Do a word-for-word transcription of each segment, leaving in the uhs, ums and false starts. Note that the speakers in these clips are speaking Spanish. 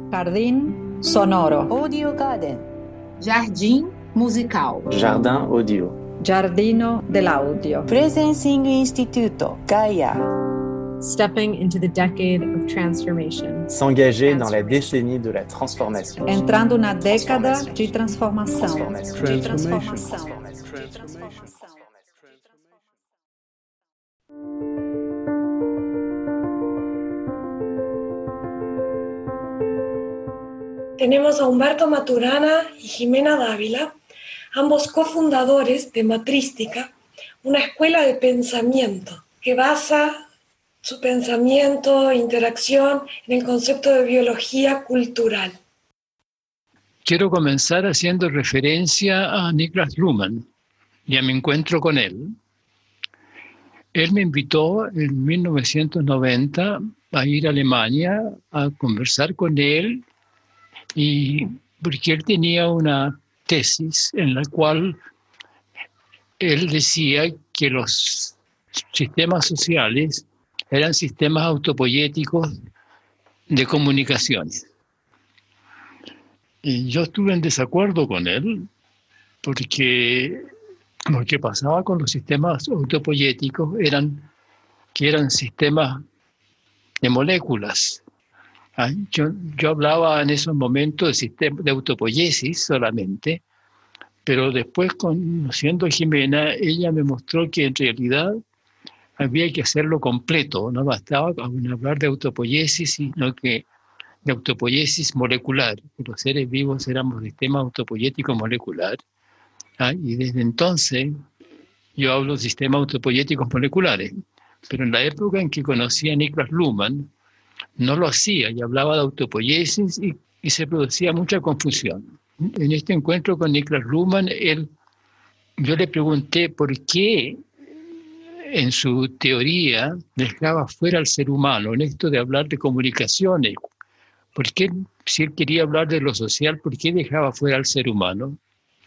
Jardín sonoro. Audio Garden. Jardim musical. Jardin audio. Giardino dell'audio. Presencing Instituto Gaia. Stepping into the decade of transformation. S'engager dans la décennie de la transformation. Entrando na década de transformação. Transformation. De transformação. Tenemos a Humberto Maturana y Jimena Dávila, ambos cofundadores de Matrística, una escuela de pensamiento que basa su pensamiento e interacción en el concepto de biología cultural. Quiero comenzar haciendo referencia a Niklas Luhmann y a mi encuentro con él. Él me invitó en mil novecientos noventa a ir a Alemania a conversar con él, y porque él tenía una tesis en la cual él decía que los sistemas sociales eran sistemas autopoyéticos de comunicaciones. Y yo estuve en desacuerdo con él, porque lo que pasaba con los sistemas autopoyéticos eran que eran sistemas de moléculas. Yo, yo hablaba en esos momentos de sistema de autopoiesis solamente, pero después, conociendo a Jimena, ella me mostró que en realidad había que hacerlo completo, no bastaba con hablar de autopoiesis, sino que de autopoiesis molecular, que los seres vivos éramos sistemas autopoyéticos moleculares. ¿Ah? Y desde entonces yo hablo de sistemas autopoyéticos moleculares, pero en la época en que conocí a Niklas Luhmann, no lo hacía y hablaba de autopoiesis y, y se producía mucha confusión. En este encuentro con Niklas Luhmann, él, yo le pregunté por qué en su teoría dejaba fuera al ser humano en esto de hablar de comunicaciones. ¿Por qué, si él quería hablar de lo social, por qué dejaba fuera al ser humano?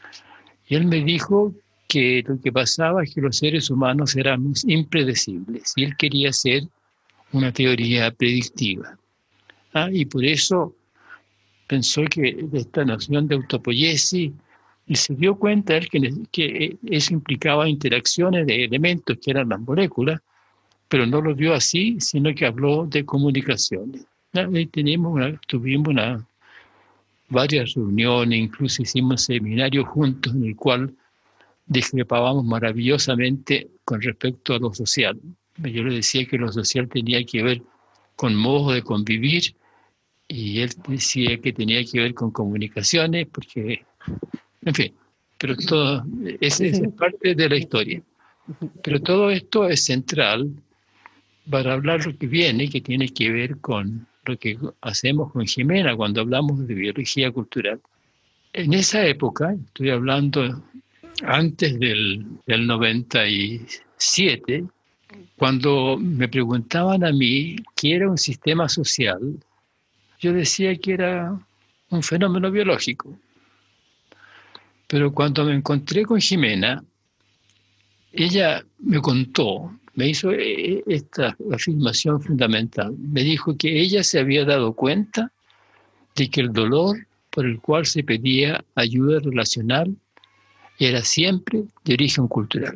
Y él me dijo que lo que pasaba es que los seres humanos éramos impredecibles y él quería hacer una teoría predictiva. ¿Ah? Y por eso pensó que esta noción de autopoiesis, y se dio cuenta él que, que eso implicaba interacciones de elementos que eran las moléculas, pero no lo vio así, sino que habló de comunicaciones. ¿Ah? Y tenemos una, tuvimos una, varias reuniones, incluso hicimos seminarios juntos en el cual discrepábamos maravillosamente con respecto a lo social. Yo le decía que lo social tenía que ver con modos de convivir y él decía que tenía que ver con comunicaciones, porque, en fin, pero todo, esa es parte de la historia. Pero todo esto es central para hablar lo que viene, que tiene que ver con lo que hacemos con Jimena cuando hablamos de biología cultural. En esa época, estoy hablando antes del, del noventa y siete, cuando me preguntaban a mí qué era un sistema social, yo decía que era un fenómeno biológico. Pero cuando me encontré con Jimena, ella me contó, me hizo esta afirmación fundamental. Me dijo que ella se había dado cuenta de que el dolor por el cual se pedía ayuda relacional era siempre de origen cultural.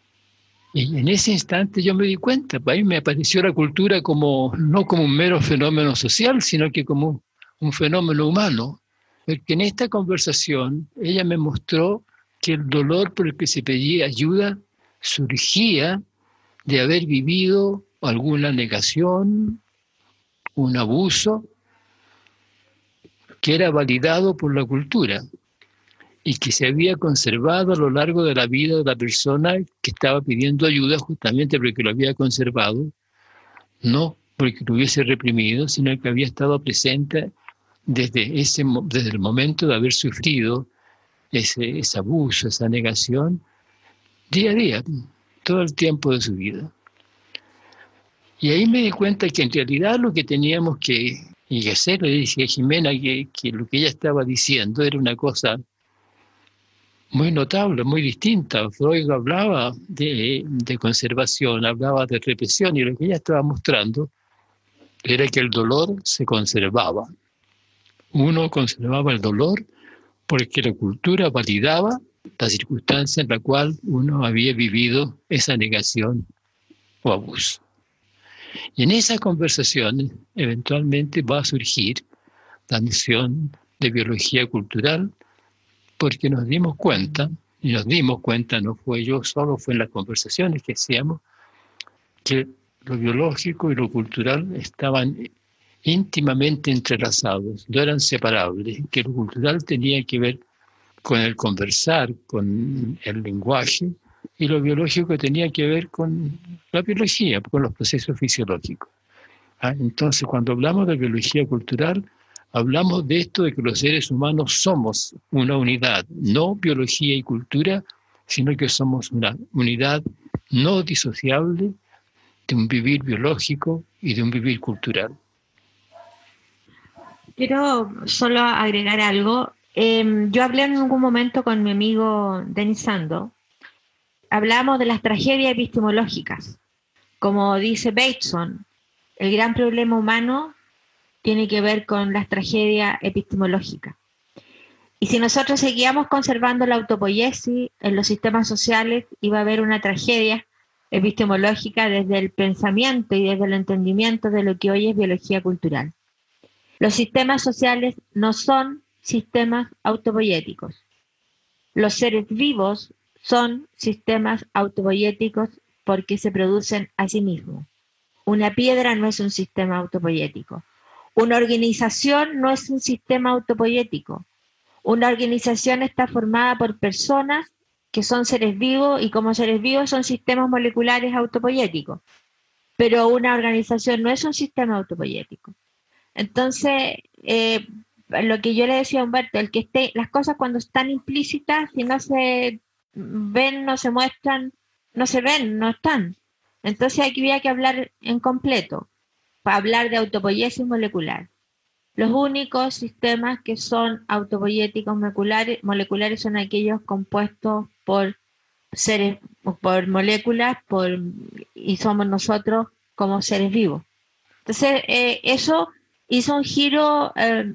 Y en ese instante yo me di cuenta, para mí me apareció la cultura como, no como un mero fenómeno social, sino que como un fenómeno humano. Porque en esta conversación ella me mostró que el dolor por el que se pedía ayuda surgía de haber vivido alguna negación, un abuso, que era validado por la cultura y que se había conservado a lo largo de la vida de la persona que estaba pidiendo ayuda, justamente porque lo había conservado, no porque lo hubiese reprimido, sino que había estado presente desde, ese, desde el momento de haber sufrido ese, ese abuso, esa negación, día a día, todo el tiempo de su vida. Y ahí me di cuenta que en realidad lo que teníamos que, que hacer, le decía a Jimena que, que lo que ella estaba diciendo era una cosa muy notable, muy distinta. Freud hablaba de, de conservación, hablaba de represión, y lo que ella estaba mostrando era que el dolor se conservaba. Uno conservaba el dolor porque la cultura validaba la circunstancia en la cual uno había vivido esa negación o abuso. Y en esas conversaciones eventualmente va a surgir la noción de biología cultural, porque nos dimos cuenta, y nos dimos cuenta, no fue yo solo, fue en las conversaciones que hacíamos, que lo biológico y lo cultural estaban íntimamente entrelazados, no eran separables, que lo cultural tenía que ver con el conversar, con el lenguaje, y lo biológico tenía que ver con la biología, con los procesos fisiológicos. ¿Ah? Entonces, cuando hablamos de biología cultural, hablamos de esto de que los seres humanos somos una unidad, no biología y cultura, sino que somos una unidad no disociable de un vivir biológico y de un vivir cultural. Quiero solo agregar algo. Eh, yo hablé en algún momento con mi amigo Denis Sando. Hablamos de las tragedias epistemológicas. Como dice Bateson, el gran problema humano tiene que ver con las tragedias epistemológicas. Y si nosotros seguíamos conservando la autopoiesis en los sistemas sociales, iba a haber una tragedia epistemológica desde el pensamiento y desde el entendimiento de lo que hoy es biología cultural. Los sistemas sociales no son sistemas autopoiéticos. Los seres vivos son sistemas autopoiéticos porque se producen a sí mismos. Una piedra no es un sistema autopoiético. Una organización no es un sistema autopoiético. Una organización está formada por personas que son seres vivos y como seres vivos son sistemas moleculares autopoiéticos. Pero una organización no es un sistema autopoiético. Entonces, eh, lo que yo le decía a Humberto, el que esté, las cosas cuando están implícitas, si no se ven, no se muestran, no se ven, no están. Entonces aquí había que hablar en completo, para hablar de autopoiesis molecular. Los únicos sistemas que son autopoiéticos moleculares, moleculares son aquellos compuestos por seres, por moléculas, por, y somos nosotros como seres vivos. Entonces, eh, eso hizo un giro eh,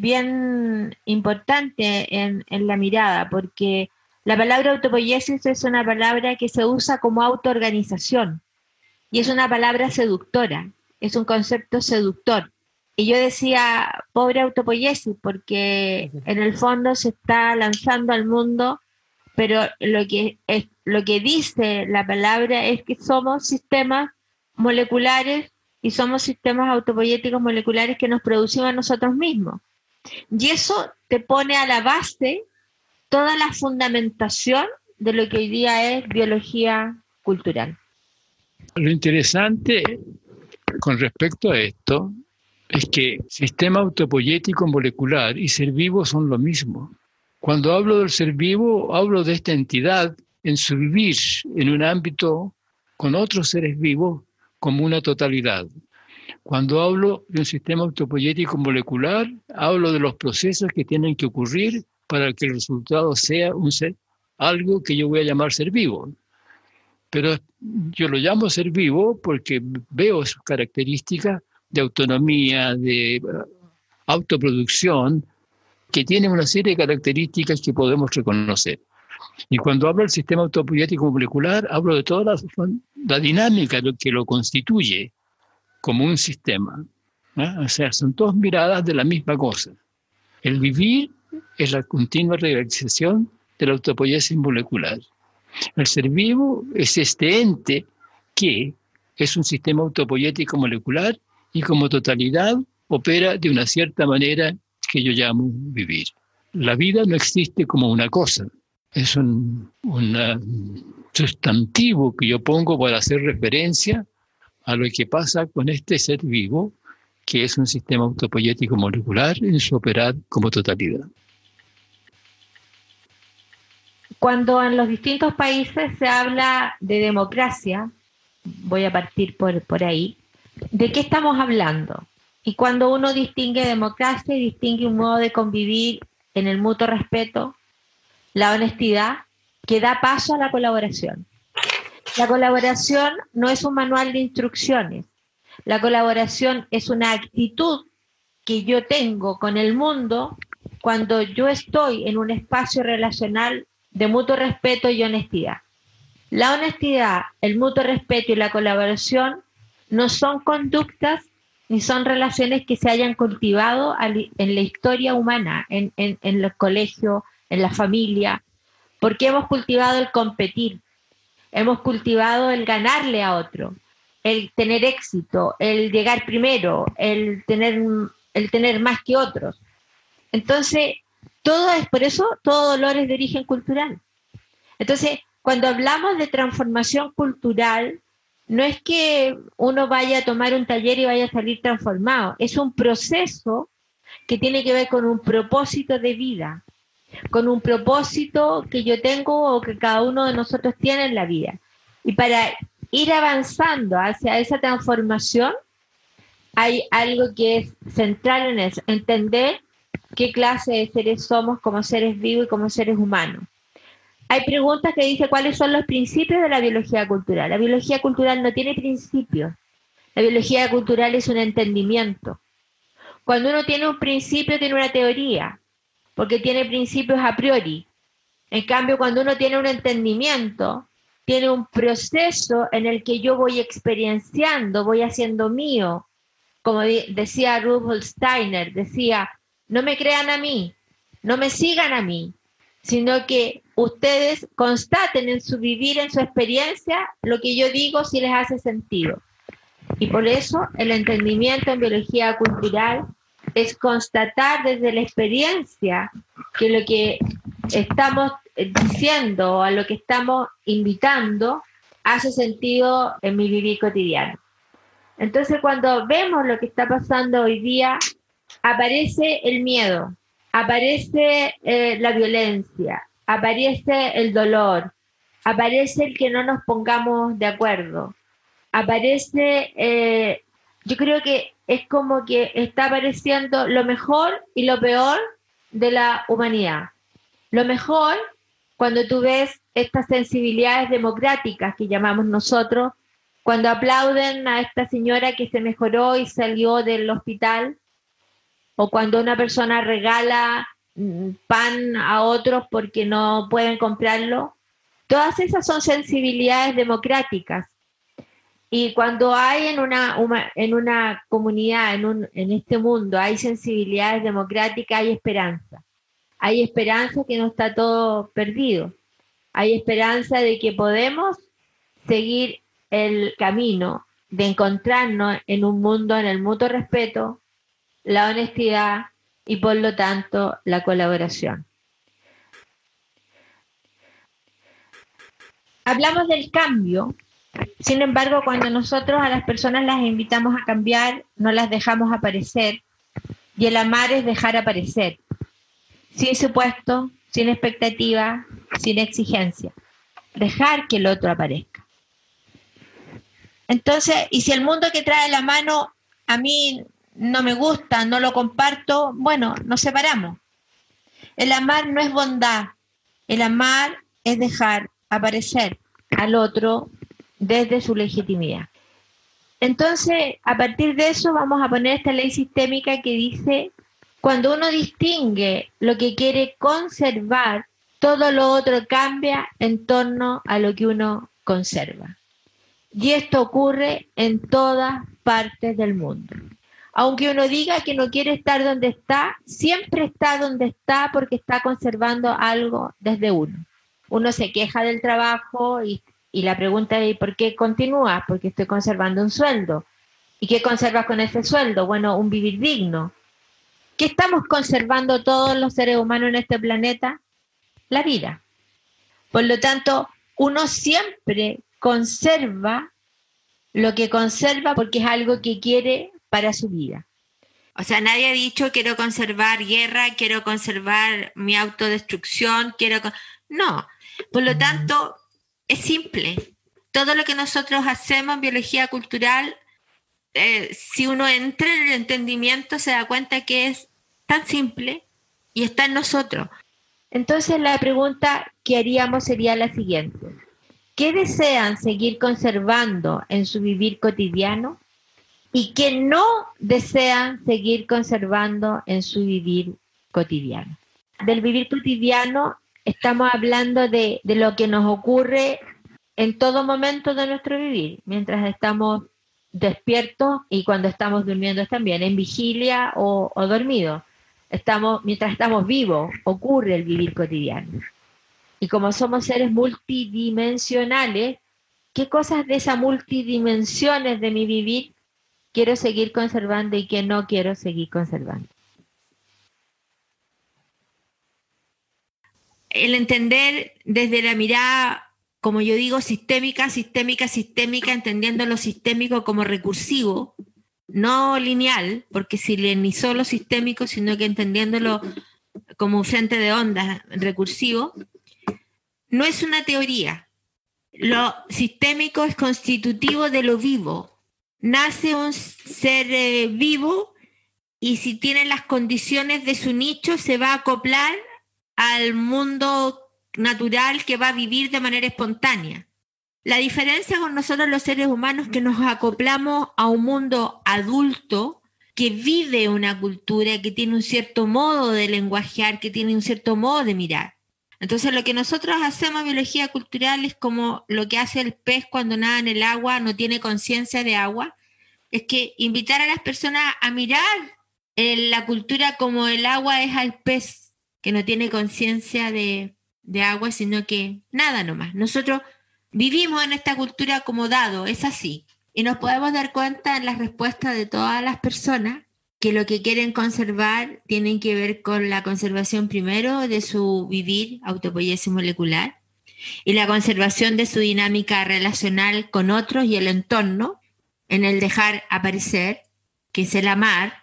bien importante en, en la mirada, porque la palabra autopoiesis es una palabra que se usa como autoorganización y es una palabra seductora, es un concepto seductor. Y yo decía, pobre autopoiesis, porque en el fondo se está lanzando al mundo, pero lo que, es, lo que dice la palabra es que somos sistemas moleculares y somos sistemas autopoiéticos moleculares que nos producimos nosotros mismos. Y eso te pone a la base toda la fundamentación de lo que hoy día es biología cultural. Lo interesante con respecto a esto es que sistema autopoiético molecular y ser vivo son lo mismo. Cuando hablo del ser vivo, hablo de esta entidad en su vivir en un ámbito con otros seres vivos como una totalidad. Cuando hablo de un sistema autopoiético molecular, hablo de los procesos que tienen que ocurrir para que el resultado sea un ser, algo que yo voy a llamar ser vivo. Pero yo lo llamo ser vivo porque veo sus características de autonomía, de autoproducción, que tienen una serie de características que podemos reconocer. Y cuando hablo del sistema autopoiético molecular, hablo de toda la, la dinámica que lo constituye como un sistema. ¿eh? O sea, son dos miradas de la misma cosa. El vivir es la continua realización de la autopoiesis molecular. El ser vivo es este ente que es un sistema autopoiético molecular y como totalidad opera de una cierta manera que yo llamo vivir. La vida no existe como una cosa, es un, un sustantivo que yo pongo para hacer referencia a lo que pasa con este ser vivo, que es un sistema autopoiético molecular en su operar como totalidad. Cuando en los distintos países se habla de democracia, voy a partir por, por ahí, ¿de qué estamos hablando? Y cuando uno distingue democracia, distingue un modo de convivir en el mutuo respeto, la honestidad, que da paso a la colaboración. La colaboración no es un manual de instrucciones. La colaboración es una actitud que yo tengo con el mundo cuando yo estoy en un espacio relacional de mutuo respeto y honestidad. La honestidad, el mutuo respeto y la colaboración no son conductas ni son relaciones que se hayan cultivado en la historia humana, en, en, en los colegios, en la familia, porque hemos cultivado el competir, hemos cultivado el ganarle a otro, el tener éxito, el llegar primero, el tener, el tener más que otros. Entonces, todo es por eso, todo dolor es de origen cultural. Entonces, cuando hablamos de transformación cultural, no es que uno vaya a tomar un taller y vaya a salir transformado, es un proceso que tiene que ver con un propósito de vida, con un propósito que yo tengo o que cada uno de nosotros tiene en la vida. Y para ir avanzando hacia esa transformación, hay algo que es central en eso, entender qué clase de seres somos como seres vivos y como seres humanos. Hay preguntas que dicen cuáles son los principios de la biología cultural. La biología cultural no tiene principios. La biología cultural es un entendimiento. Cuando uno tiene un principio, tiene una teoría, porque tiene principios a priori. En cambio, cuando uno tiene un entendimiento, tiene un proceso en el que yo voy experienciando, voy haciendo mío. Como decía Rudolf Steiner, decía, no me crean a mí, no me sigan a mí, sino que ustedes constaten en su vivir, en su experiencia, lo que yo digo si les hace sentido. Y por eso el entendimiento en biología cultural es constatar desde la experiencia que lo que estamos diciendo o a lo que estamos invitando hace sentido en mi vivir cotidiano. Entonces, cuando vemos lo que está pasando hoy día, aparece el miedo, aparece eh, la violencia, aparece el dolor, aparece el que no nos pongamos de acuerdo, aparece, eh, yo creo que es como que está apareciendo lo mejor y lo peor de la humanidad. Lo mejor, cuando tú ves estas sensibilidades democráticas que llamamos nosotros, cuando aplauden a esta señora que se mejoró y salió del hospital, o cuando una persona regala pan a otros porque no pueden comprarlo, todas esas son sensibilidades democráticas. Y cuando hay en una, una, en una comunidad, en, un, en este mundo, hay sensibilidades democráticas, hay esperanza. Hay esperanza que no está todo perdido. Hay esperanza de que podemos seguir el camino de encontrarnos en un mundo en el mutuo respeto, la honestidad y por lo tanto la colaboración. Hablamos del cambio, sin embargo cuando nosotros a las personas las invitamos a cambiar, no las dejamos aparecer, y el amar es dejar aparecer, sin supuesto, sin expectativa, sin exigencia, dejar que el otro aparezca. Entonces, y si el mundo que trae la mano a mí no me gusta, no lo comparto, bueno, nos separamos. El amar no es bondad, el amar es dejar aparecer al otro desde su legitimidad. Entonces, a partir de eso vamos a poner esta ley sistémica que dice, cuando uno distingue lo que quiere conservar, todo lo otro cambia en torno a lo que uno conserva. Y esto ocurre en todas partes del mundo. Aunque uno diga que no quiere estar donde está, siempre está donde está porque está conservando algo desde uno. Uno se queja del trabajo y, y la pregunta es ¿por qué continúas? Porque estoy conservando un sueldo. ¿Y qué conservas con ese sueldo? Bueno, un vivir digno. ¿Qué estamos conservando todos los seres humanos en este planeta? La vida. Por lo tanto, uno siempre conserva lo que conserva porque es algo que quiere para su vida. O sea, nadie ha dicho quiero conservar guerra, quiero conservar mi autodestrucción, quiero... No, por lo tanto, es simple. Todo lo que nosotros hacemos en biología cultural, eh, si uno entra en el entendimiento, se da cuenta que es tan simple y está en nosotros. Entonces, la pregunta que haríamos sería la siguiente. ¿Qué desean seguir conservando en su vivir cotidiano? y que no desean seguir conservando en su vivir cotidiano. Del vivir cotidiano estamos hablando de, de lo que nos ocurre en todo momento de nuestro vivir, mientras estamos despiertos y cuando estamos durmiendo también, en vigilia o, o dormidos. Estamos, mientras estamos vivos, ocurre el vivir cotidiano. Y como somos seres multidimensionales, ¿qué cosas de esas multidimensiones de mi vivir quiero seguir conservando y qué no quiero seguir conservando? El entender desde la mirada, como yo digo, sistémica, sistémica, sistémica, entendiendo lo sistémico como recursivo, no lineal, porque si ni solo sistémico, sino que entendiéndolo como un frente de ondas recursivo, no es una teoría. Lo sistémico es constitutivo de lo vivo. Nace un ser eh, vivo y si tiene las condiciones de su nicho se va a acoplar al mundo natural que va a vivir de manera espontánea. La diferencia con nosotros los seres humanos es que nos acoplamos a un mundo adulto que vive una cultura, que tiene un cierto modo de lenguajear, que tiene un cierto modo de mirar. Entonces lo que nosotros hacemos en biología cultural es como lo que hace el pez cuando nada en el agua, no tiene conciencia de agua, es que invitar a las personas a mirar en la cultura como el agua es al pez, que no tiene conciencia de, de agua, sino que nada nomás. Nosotros vivimos en esta cultura como dado, es así. Y nos podemos dar cuenta en las respuestas de todas las personas que lo que quieren conservar tienen que ver con la conservación primero de su vivir autopoiesis molecular y la conservación de su dinámica relacional con otros y el entorno en el dejar aparecer, que es el amar,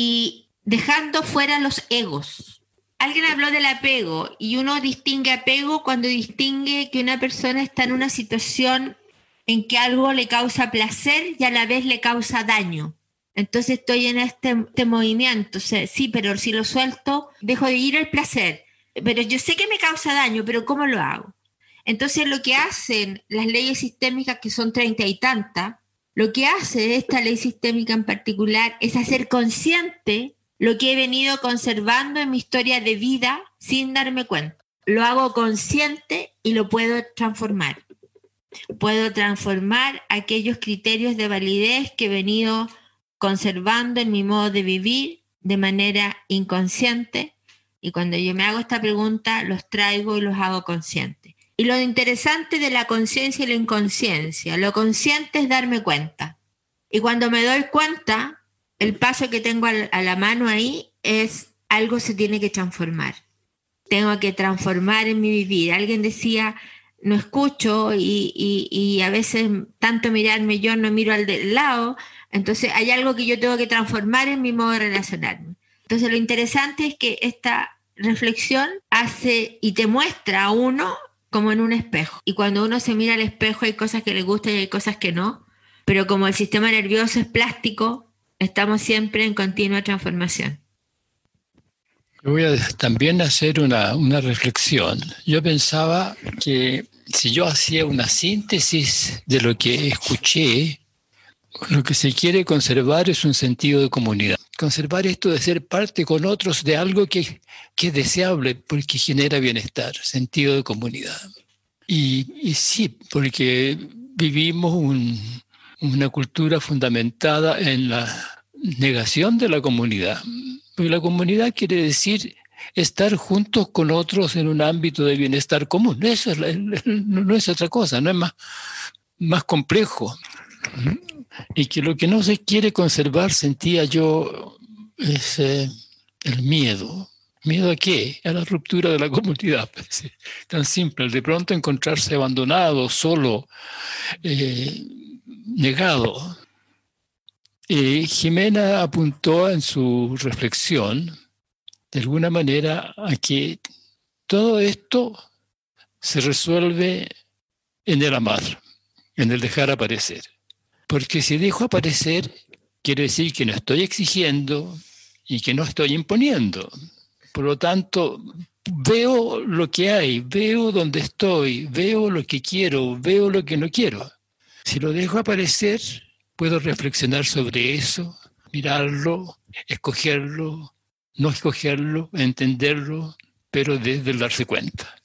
y dejando fuera los egos. Alguien habló del apego y uno distingue apego cuando distingue que una persona está en una situación en que algo le causa placer y a la vez le causa daño. Entonces estoy en este, este movimiento, o sea, sí, pero si lo suelto, dejo de ir al placer. Pero yo sé que me causa daño, pero ¿cómo lo hago? Entonces lo que hacen las leyes sistémicas, que son treinta y tantas, lo que hace esta ley sistémica en particular es hacer consciente lo que he venido conservando en mi historia de vida sin darme cuenta. Lo hago consciente y lo puedo transformar. Puedo transformar aquellos criterios de validez que he venido conservando en mi modo de vivir de manera inconsciente, y cuando yo me hago esta pregunta los traigo y los hago conscientes. Y lo interesante de la conciencia y la inconsciencia, lo consciente es darme cuenta, y cuando me doy cuenta, el paso que tengo a la mano ahí es algo se tiene que transformar. Tengo que transformar en mi vivir. Alguien decía, no escucho y, y, y a veces tanto mirarme yo no miro al del lado, entonces hay algo que yo tengo que transformar en mi modo de relacionarme. Entonces lo interesante es que esta reflexión hace y te muestra a uno como en un espejo. Y cuando uno se mira al espejo hay cosas que le gustan y hay cosas que no, pero como el sistema nervioso es plástico, estamos siempre en continua transformación. Yo voy a también hacer una, una reflexión. Yo pensaba que si yo hacía una síntesis de lo que escuché, lo que se quiere conservar es un sentido de comunidad. Conservar esto de ser parte con otros de algo que, que es deseable porque genera bienestar, sentido de comunidad. Y, y sí, porque vivimos un, una cultura fundamentada en la negación de la comunidad. Porque la comunidad quiere decir estar juntos con otros en un ámbito de bienestar común. Eso es, no es otra cosa, no es más, más complejo. Y que lo que no se quiere conservar, sentía yo, es eh, el miedo. ¿Miedo a qué? A la ruptura de la comunidad. Tan simple, de pronto encontrarse abandonado, solo, eh, negado. Eh, Jimena apuntó en su reflexión, de alguna manera, a que todo esto se resuelve en el amar, en el dejar aparecer. Porque si dejo aparecer, quiere decir que no estoy exigiendo y que no estoy imponiendo. Por lo tanto, veo lo que hay, veo dónde estoy, veo lo que quiero, veo lo que no quiero. Si lo dejo aparecer, puedo reflexionar sobre eso, mirarlo, escogerlo, no escogerlo, entenderlo, pero desde el darse cuenta.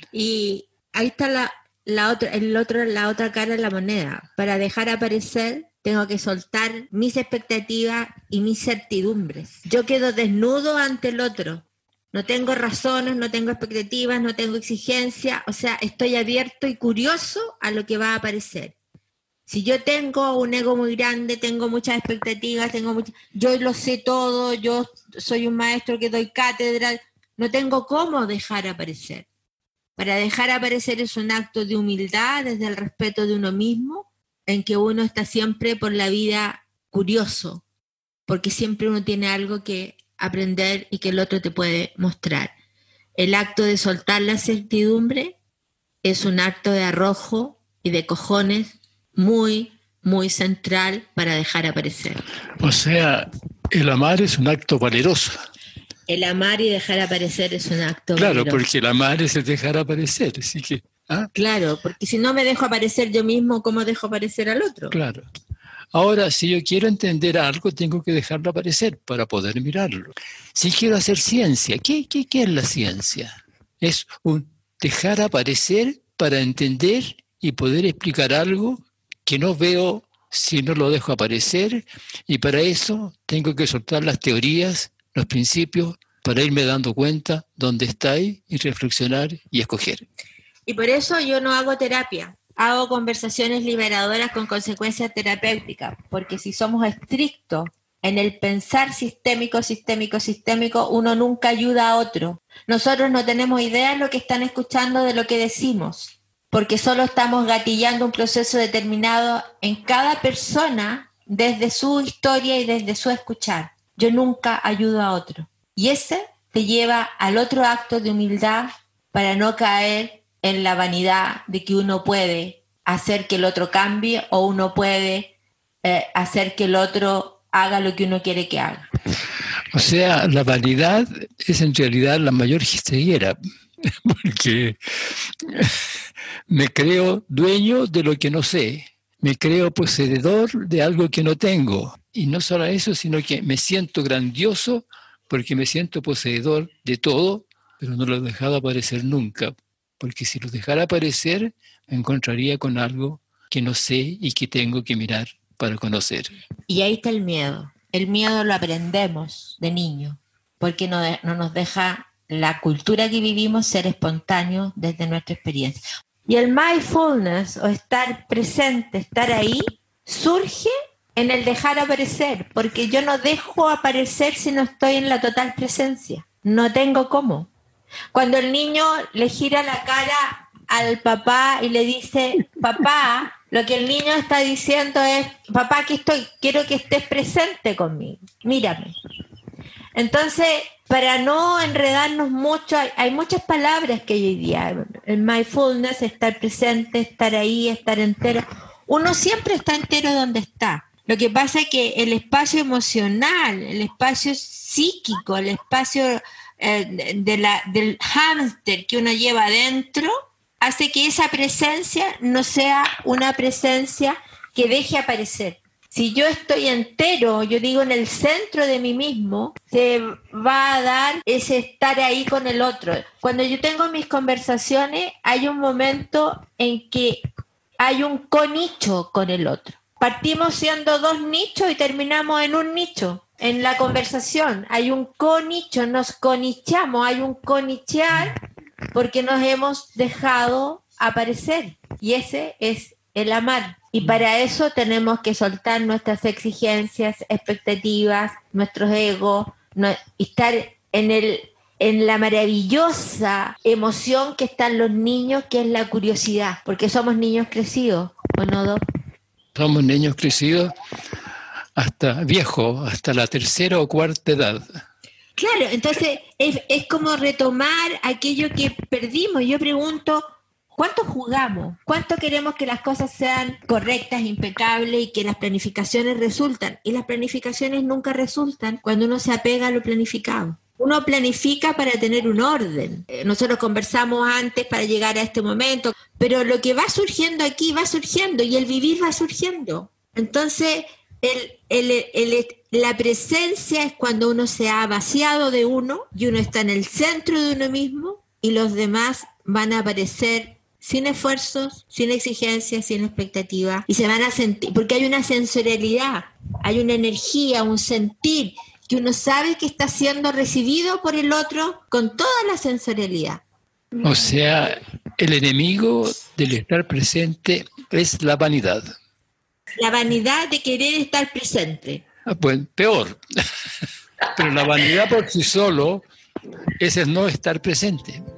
Y ahí está la, la, otra, el otro, la otra cara de la moneda. Para dejar aparecer, tengo que soltar mis expectativas y mis certidumbres. Yo quedo desnudo ante el otro. No tengo razones, no tengo expectativas, no tengo exigencia. O sea, estoy abierto y curioso a lo que va a aparecer. Si yo tengo un ego muy grande, tengo muchas expectativas, tengo much... yo lo sé todo, yo soy un maestro que doy cátedra, no tengo cómo dejar aparecer. Para dejar aparecer es un acto de humildad desde el respeto de uno mismo, en que uno está siempre por la vida curioso, porque siempre uno tiene algo que aprender y que el otro te puede mostrar. El acto de soltar la certidumbre es un acto de arrojo y de cojones muy, muy central para dejar aparecer. O sea, el amar es un acto valeroso. El amar y dejar aparecer es un acto Claro, valeroso. porque el amar es el dejar aparecer, así que... ¿ah? Claro, porque si no me dejo aparecer yo mismo, ¿cómo dejo aparecer al otro? Claro. Ahora, si yo quiero entender algo, tengo que dejarlo aparecer para poder mirarlo. Si quiero hacer ciencia, ¿qué, qué, qué es la ciencia? Es un dejar aparecer para entender y poder explicar algo que no veo si no lo dejo aparecer, y para eso tengo que soltar las teorías, los principios, para irme dando cuenta dónde está ahí y reflexionar y escoger. Y por eso yo no hago terapia. Hago conversaciones liberadoras con consecuencias terapéuticas, porque si somos estrictos en el pensar sistémico, sistémico, sistémico, uno nunca ayuda a otro. Nosotros no tenemos idea de lo que están escuchando de lo que decimos, porque solo estamos gatillando un proceso determinado en cada persona desde su historia y desde su escuchar. Yo nunca ayudo a otro. Y ese te lleva al otro acto de humildad para no caer en la vanidad de que uno puede hacer que el otro cambie o uno puede eh, hacer que el otro haga lo que uno quiere que haga. O sea, la vanidad es en realidad la mayor ceguera, porque me creo dueño de lo que no sé, me creo poseedor de algo que no tengo. Y no solo eso, sino que me siento grandioso porque me siento poseedor de todo, pero no lo he dejado aparecer nunca. Porque si lo dejara aparecer, me encontraría con algo que no sé y que tengo que mirar para conocer. Y ahí está el miedo. El miedo lo aprendemos de niño, porque no, de, no nos deja la cultura que vivimos ser espontáneo desde nuestra experiencia. Y el mindfulness, o estar presente, estar ahí, surge en el dejar aparecer, porque yo no dejo aparecer si no estoy en la total presencia. No tengo cómo. Cuando el niño le gira la cara al papá y le dice, papá, lo que el niño está diciendo es, papá, aquí estoy, quiero que estés presente conmigo, mírame. Entonces, para no enredarnos mucho, hay, hay muchas palabras que hoy día, el mindfulness, estar presente, estar ahí, estar entero. Uno siempre está entero donde está. Lo que pasa es que el espacio emocional, el espacio psíquico, el espacio eh, de la, del hámster que uno lleva adentro, hace que esa presencia no sea una presencia que deje aparecer. Si yo estoy entero, yo digo en el centro de mí mismo, se va a dar ese estar ahí con el otro. Cuando yo tengo mis conversaciones, hay un momento en que hay un conicho con el otro. Partimos siendo dos nichos y terminamos en un nicho. En la conversación hay un conicho, nos conichamos, hay un conichear porque nos hemos dejado aparecer. Y ese es el amar. Y para eso tenemos que soltar nuestras exigencias, expectativas, nuestros egos, no, estar en, el, en la maravillosa emoción que están los niños, que es la curiosidad, porque somos niños crecidos, ¿o no, Doc? Somos niños crecidos hasta viejos, hasta la tercera o cuarta edad. Claro, entonces es, es como retomar aquello que perdimos. Yo pregunto, ¿cuánto jugamos? ¿Cuánto queremos que las cosas sean correctas, impecables y que las planificaciones resultan? Y las planificaciones nunca resultan cuando uno se apega a lo planificado. Uno planifica para tener un orden. Nosotros conversamos antes para llegar a este momento, pero lo que va surgiendo aquí va surgiendo y el vivir va surgiendo. Entonces, el, el, el, la presencia es cuando uno se ha vaciado de uno y uno está en el centro de uno mismo y los demás van a aparecer sin esfuerzos, sin exigencias, sin expectativas y se van a sentir, porque hay una sensorialidad, hay una energía, un sentir que uno sabe que está siendo recibido por el otro con toda la sensorialidad. O sea, el enemigo del estar presente es la vanidad. La vanidad de querer estar presente. Ah, pues peor. Pero la vanidad por sí solo es el no estar presente.